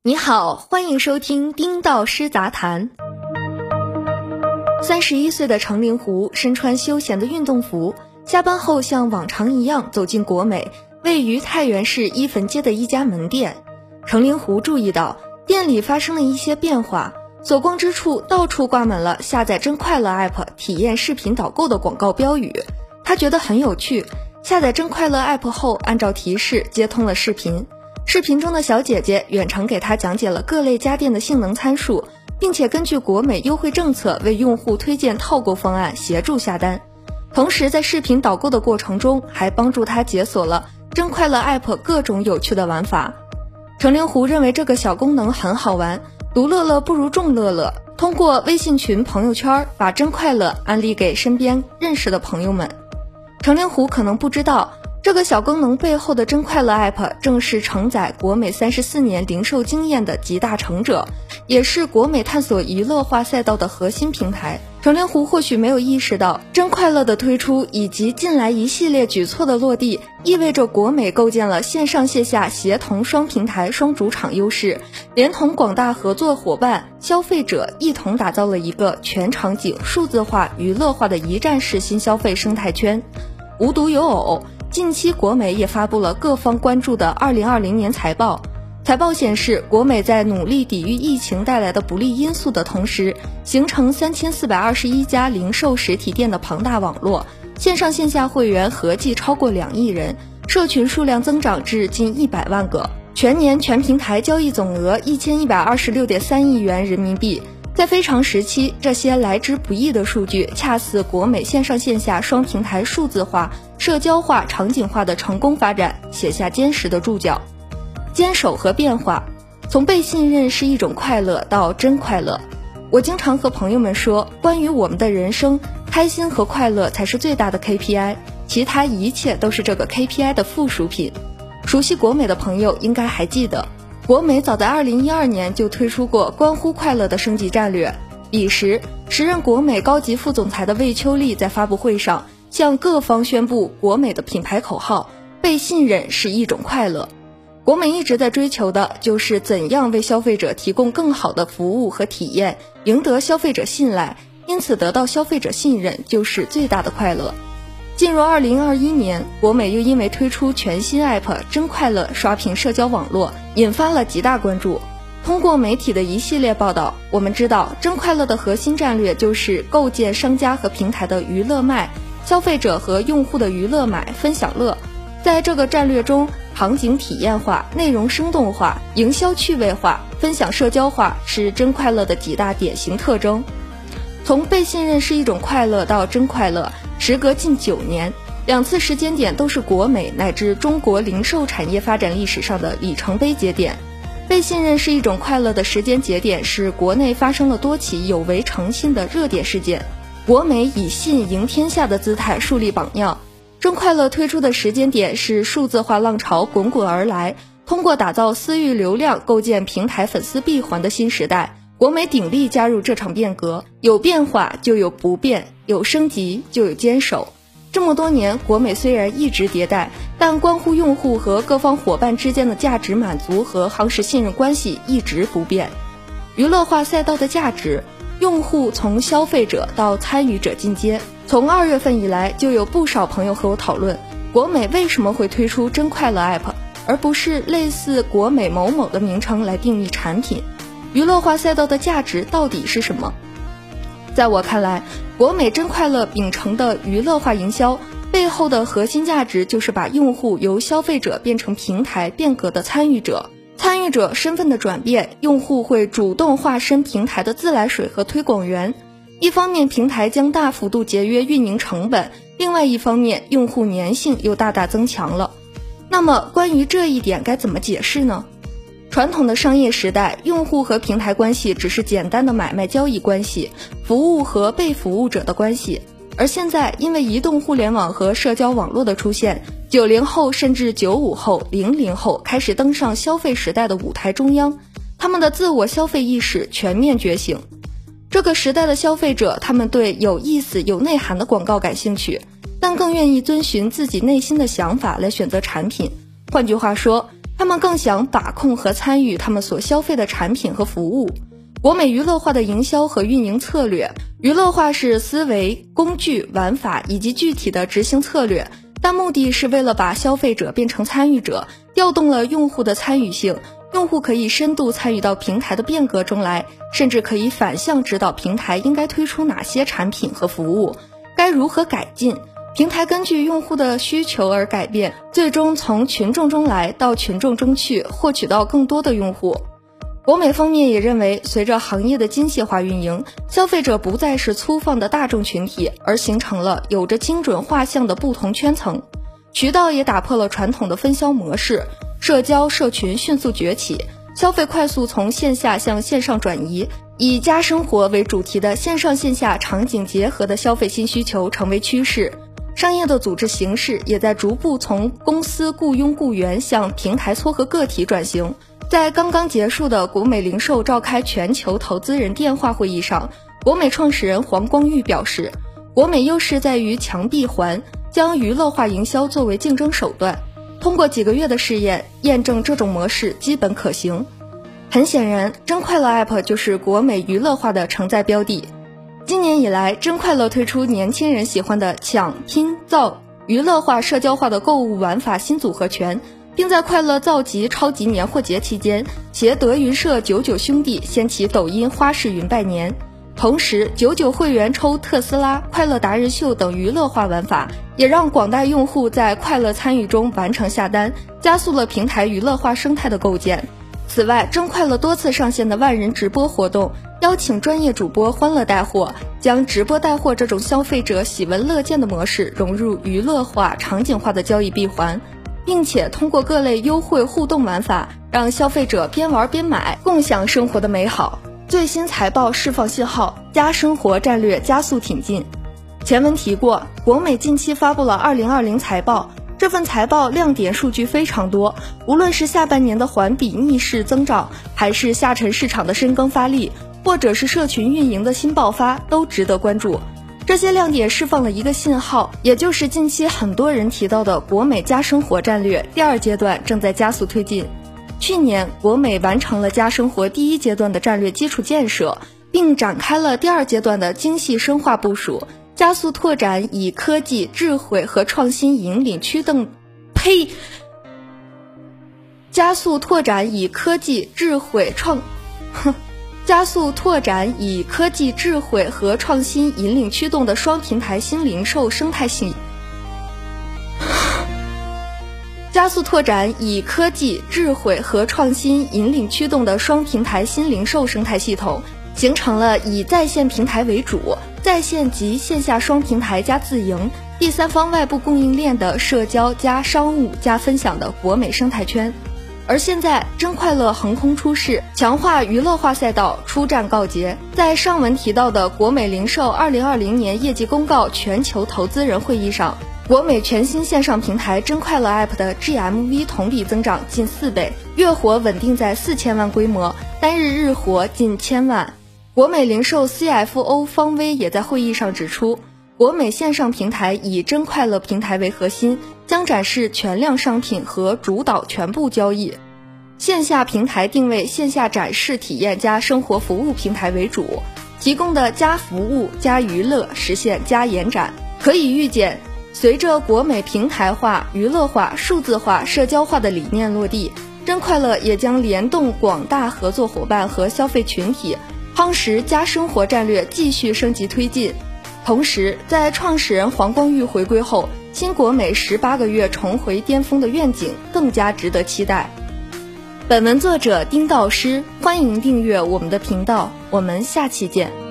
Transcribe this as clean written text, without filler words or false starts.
你好，欢迎收听丁道师杂谈。31岁的程灵狐身穿休闲的运动服，下班后像往常一样走进国美位于太原市伊坟街的一家门店。程灵狐注意到店里发生了一些变化，所逛之处到处挂满了下载真快乐 App 体验视频导购的广告标语。他觉得很有趣，下载真快乐 App 后按照提示接通了视频。视频中的小姐姐远程给他讲解了各类家电的性能参数，并且根据国美优惠政策为用户推荐套购方案，协助下单。同时在视频导购的过程中还帮助他解锁了真快乐 App 各种有趣的玩法。程灵狐认为这个小功能很好玩，独乐乐不如众乐乐，通过微信群朋友圈把真快乐安利给身边认识的朋友们。程灵狐可能不知道，这个小功能背后的真快乐 App 正是承载国美34年零售经验的集大成者，也是国美探索娱乐化赛道的核心平台。程灵狐或许没有意识到，真快乐的推出以及近来一系列举措的落地，意味着国美构建了线上线下协同双平台双主场优势，连同广大合作伙伴、消费者一同打造了一个全场景数字化娱乐化的一站式新消费生态圈。无独有偶，近期国美也发布了各方关注的2020年财报。财报显示，国美在努力抵御疫情带来的不利因素的同时，形成3421家零售实体店的庞大网络，线上线下会员合计超过2亿人，社群数量增长至近100万个，全年全平台交易总额1126.3亿元人民币。在非常时期，这些来之不易的数据恰似国美线上线下双平台数字化、社交化、场景化的成功发展写下坚实的注脚。坚守和变化，从被信任是一种快乐到真快乐。我经常和朋友们说，关于我们的人生，开心和快乐才是最大的 KPI， 其他一切都是这个 KPI 的附属品。熟悉国美的朋友应该还记得，国美早在2012年就推出过关乎快乐的升级战略。彼时，时任国美高级副总裁的魏秋丽在发布会上向各方宣布国美的品牌口号：被信任是一种快乐。国美一直在追求的就是怎样为消费者提供更好的服务和体验，赢得消费者信赖，因此得到消费者信任就是最大的快乐。进入2021年，国美又因为推出全新 App 真快乐刷屏社交网络，引发了极大关注。通过媒体的一系列报道，我们知道真快乐的核心战略就是构建商家和平台的娱乐卖，消费者和用户的娱乐买分享乐。在这个战略中，场景体验化、内容生动化、营销趣味化、分享社交化是真快乐的几大典型特征。从被信任是一种快乐到真快乐，时隔近9年，2次时间点都是国美乃至中国零售产业发展历史上的里程碑节点。被信任是一种快乐的时间节点是国内发生了多起有违诚信的热点事件，国美以信赢天下的姿态树立榜样。真快乐推出的时间点是数字化浪潮滚滚而来，通过打造私域流量构建平台粉丝闭环的新时代，国美鼎力加入这场变革。有变化就有不变，有升级就有坚守。这么多年，国美虽然一直迭代，但关乎用户和各方伙伴之间的价值满足和夯实信任关系一直不变。娱乐化赛道的价值，用户从消费者到参与者进阶。从2月份以来，就有不少朋友和我讨论，国美为什么会推出真快乐 App， 而不是类似国美某某的名称来定义产品。娱乐化赛道的价值到底是什么？在我看来，国美真快乐秉承的娱乐化营销背后的核心价值就是把用户由消费者变成平台变革的参与者。参与者身份的转变，用户会主动化身平台的自来水和推广员。一方面，平台将大幅度节约运营成本，另外一方面，用户粘性又大大增强了。那么关于这一点该怎么解释呢？传统的商业时代，用户和平台关系只是简单的买卖交易关系，服务和被服务者的关系。而现在，因为移动互联网和社交网络的出现，90后甚至95后、00后开始登上消费时代的舞台中央，他们的自我消费意识全面觉醒。这个时代的消费者，他们对有意思、有内涵的广告感兴趣，但更愿意遵循自己内心的想法来选择产品。换句话说， 他们更想把控和参与他们所消费的产品和服务。国美娱乐化的营销和运营策略，娱乐化是思维、工具、玩法以及具体的执行策略，但目的是为了把消费者变成参与者，调动了用户的参与性，用户可以深度参与到平台的变革中来，甚至可以反向指导平台应该推出哪些产品和服务，该如何改进。平台根据用户的需求而改变，最终从群众中来到群众中去，获取到更多的用户。国美方面也认为，随着行业的精细化运营，消费者不再是粗放的大众群体，而形成了有着精准画像的不同圈层。渠道也打破了传统的分销模式，社交社群迅速崛起，消费快速从线下向线上转移，以家生活为主题的线上线下场景结合的消费新需求成为趋势。商业的组织形式也在逐步从公司雇佣雇员向平台撮合个体转型。在刚刚结束的国美零售召开全球投资人电话会议上，国美创始人黄光裕表示，国美优势在于强闭环，将娱乐化营销作为竞争手段，通过几个月的试验，验证这种模式基本可行。很显然，真快乐 App 就是国美娱乐化的承载标的。今年以来，真快乐推出年轻人喜欢的抢、拼、造娱乐化社交化的购物玩法新组合拳，并在快乐造极超级年货节期间，携德云社99兄弟掀起抖音花式云拜年。同时，99会员抽特斯拉、快乐达人秀等娱乐化玩法，也让广大用户在快乐参与中完成下单，加速了平台娱乐化生态的构建。此外，真快乐多次上线的万人直播活动，邀请专业主播欢乐带货，将直播带货这种消费者喜闻乐见的模式融入娱乐化、场景化的交易闭环，并且通过各类优惠互动玩法，让消费者边玩边买，共享生活的美好。最新财报释放信号，家生活战略加速挺进。前文提过，国美近期发布了2020财报，这份财报亮点数据非常多，无论是下半年的环比逆势增长，还是下沉市场的深耕发力，或者是社群运营的新爆发，都值得关注。这些亮点释放了一个信号，也就是近期很多人提到的国美家生活战略第二阶段正在加速推进。去年，国美完成了家生活第一阶段的战略基础建设，并展开了第二阶段的精细深化部署，加速拓展以科技、智慧和创新引领驱动，加速拓展以科技、智慧和创新引领驱动的双平台新零售生态系加速拓展以科技、智慧和创新引领驱动的双平台新零售生态系统，形成了以在线平台为主，在线及线下双平台加自营、第三方外部供应链的社交加商务加分享的国美生态圈。而现在，真快乐横空出世，强化娱乐化赛道出战告捷。在上文提到的国美零售2020年业绩公告全球投资人会议上，国美全新线上平台真快乐 App 的 GMV 同比增长近4倍，月活稳定在4000万规模，单日日活近1000万。国美零售 CFO 方威也在会议上指出，国美线上平台以真快乐平台为核心，将展示全量商品和主导全部交易。线下平台定位线下展示体验加生活服务平台为主，提供的加服务加娱乐实现加延展。可以预见，随着国美平台化、娱乐化、数字化、社交化的理念落地，真快乐也将联动广大合作伙伴和消费群体，夯实家生活战略继续升级推进。同时，在创始人黄光裕回归后，新国美18个月重回巅峰的愿景更加值得期待。本文作者丁道师，欢迎订阅我们的频道，我们下期见。